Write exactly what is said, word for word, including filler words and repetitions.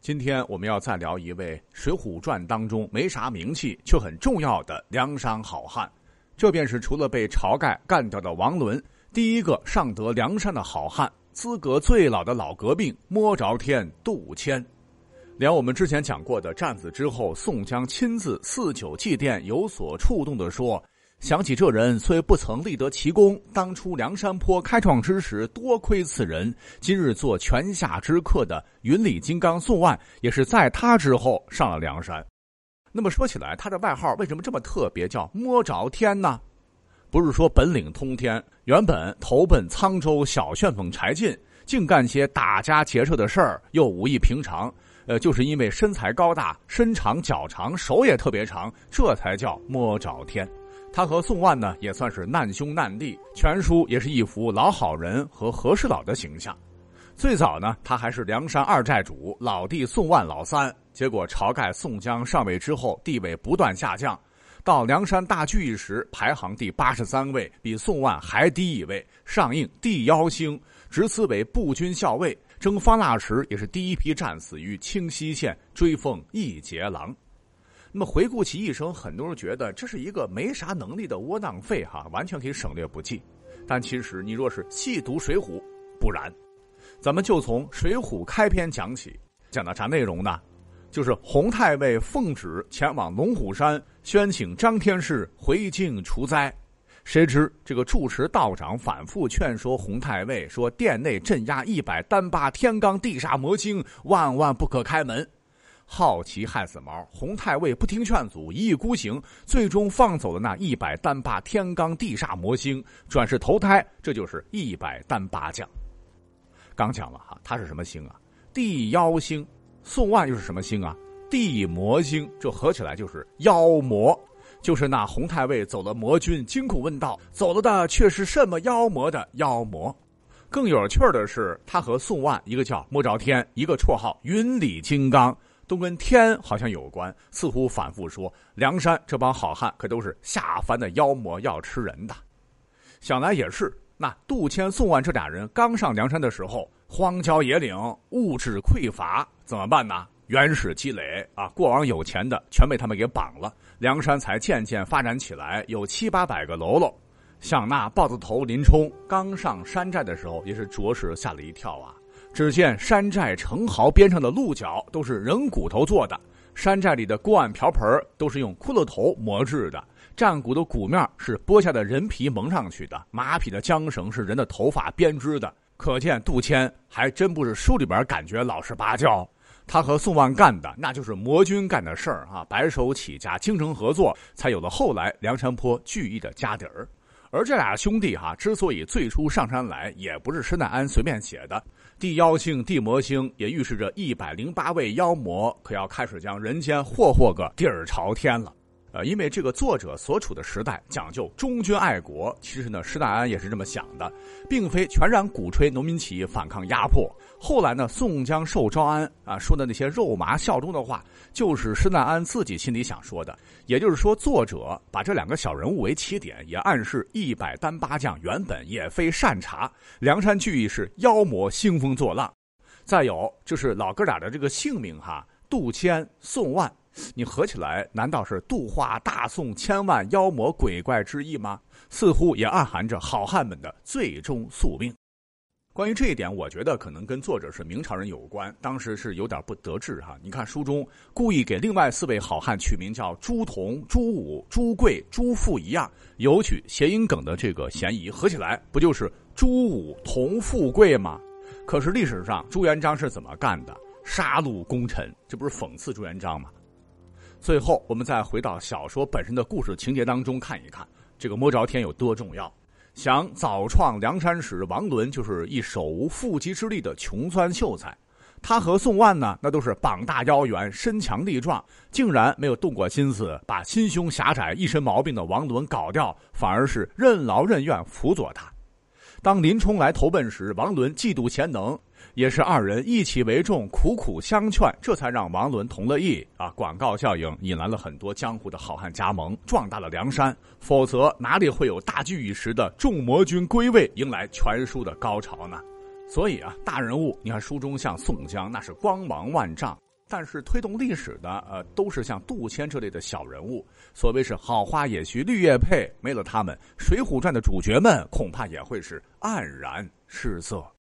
今天我们要再聊一位《水浒传》当中没啥名气却很重要的梁山好汉，这便是除了被晁盖干掉的王伦，第一个上得梁山的好汉，资格最老的老革命摸着天杜迁。连我们之前讲过的战死之后，宋江亲自赐酒祭奠，有所触动地说，想起这人虽不曾立得奇功，当初梁山坡开创之时多亏此人，今日做泉下之客的云里金刚宋万也是在他之后上了梁山。那么说起来，他的外号为什么这么特别，叫摸着天呢？不是说本领通天，原本投奔沧州小旋风柴进，净干些打家劫舍的事儿，又武艺平常，呃，就是因为身材高大，身长脚长，手也特别长，这才叫摸着天。他和宋万呢也算是难兄难弟，全书也是一副老好人和和事佬的形象。最早呢，他还是梁山二寨主，老弟宋万老三，结果晁盖宋江上位之后，地位不断下降，到梁山大聚义时排行第八十三位，比宋万还低一位，上应地妖星，职司为步军校尉，征方腊时也是第一批战死于清溪县，追封义节郎。那么回顾其一生，很多人觉得这是一个没啥能力的窝囊废哈，完全可以省略不计。但其实你若是细读水浒，不然。咱们就从水浒开篇讲起，讲到啥内容呢？就是洪太尉奉旨前往龙虎山，宣请张天士回京除灾。谁知这个住持道长反复劝说洪太尉，说殿内镇压一百单八天罡地煞魔精，万万不可开门。好奇害死毛，洪太尉不听劝阻，一意孤行，最终放走了那一百单八天罡地煞魔星，转世投胎，这就是一百单八将。刚讲了哈，他是什么星啊？地妖星。宋万又是什么星啊？地魔星。这合起来就是妖魔。就是那洪太尉走了魔军，惊恐问道，走了的却是什么妖魔的妖魔。更有趣的是，他和宋万一个叫摸着天，一个绰号云里金刚，都跟天好像有关，似乎反复说梁山这帮好汉可都是下凡的妖魔，要吃人的。想来也是，那杜迁、宋万这俩人刚上梁山的时候，荒郊野岭，物质匮乏，怎么办呢？原始积累啊，过往有钱的全被他们给绑了，梁山才渐渐发展起来，有七八百个喽喽。像那豹子头林冲刚上山寨的时候，也是着实吓了一跳啊。只见山寨城壕边上的鹿角都是人骨头做的，山寨里的锅碗瓢盆都是用骷髅头磨制的，战鼓的鼓面是剥下的人皮蒙上去的，马匹的缰绳是人的头发编织的。可见杜迁还真不是书里边感觉老实巴交，他和宋万干的那就是魔军干的事儿啊，白手起家，精诚合作，才有了后来梁山坡聚义的家底儿。而这俩兄弟哈，之所以最初上山来，也不是施耐庵随便写的。地妖星、地魔星也预示着一百零八位妖魔可要开始将人间霍霍个地儿朝天了。呃，因为这个作者所处的时代讲究忠君爱国，其实呢，施耐庵也是这么想的，并非全然鼓吹农民起义反抗压迫。后来呢，宋江受招安啊说的那些肉麻效忠的话，就是施耐庵自己心里想说的。也就是说，作者把这两个小人物为起点，也暗示一百单八将原本也非善茬，梁山聚义是妖魔兴风作浪。再有就是老哥俩的这个姓名哈，杜迁、宋万，你合起来难道是度化大宋千万妖魔鬼怪之意吗？似乎也暗含着好汉们的最终宿命。关于这一点，我觉得可能跟作者是明朝人有关，当时是有点不得志哈。你看书中故意给另外四位好汉取名叫朱仝、朱武、朱贵、朱富一样，有取谐音梗的这个嫌疑，合起来不就是朱武同富贵吗？可是历史上朱元璋是怎么干的？杀戮功臣，这不是讽刺朱元璋吗？最后我们再回到小说本身的故事情节当中看一看，这个摸着天有多重要。想早创梁山时，王伦就是一手无缚鸡之力的穷酸秀才，他和宋万呢，那都是膀大腰圆，身强力壮，竟然没有动过心思把心胸狭窄、一身毛病的王伦搞掉，反而是任劳任怨辅佐他。当林冲来投奔时，王伦嫉妒贤能，也是二人一起为众，苦苦相劝，这才让王伦同了意啊！广告效应引来了很多江湖的好汉加盟，壮大了梁山。否则哪里会有大聚义时的众魔军归位，迎来全书的高潮呢？所以啊，大人物，你看书中像宋江，那是光芒万丈。 但是推动历史的呃都是像杜迁这类的小人物，所谓是好花也须绿叶配，没了他们，《水浒传》的主角们恐怕也会是黯然失色。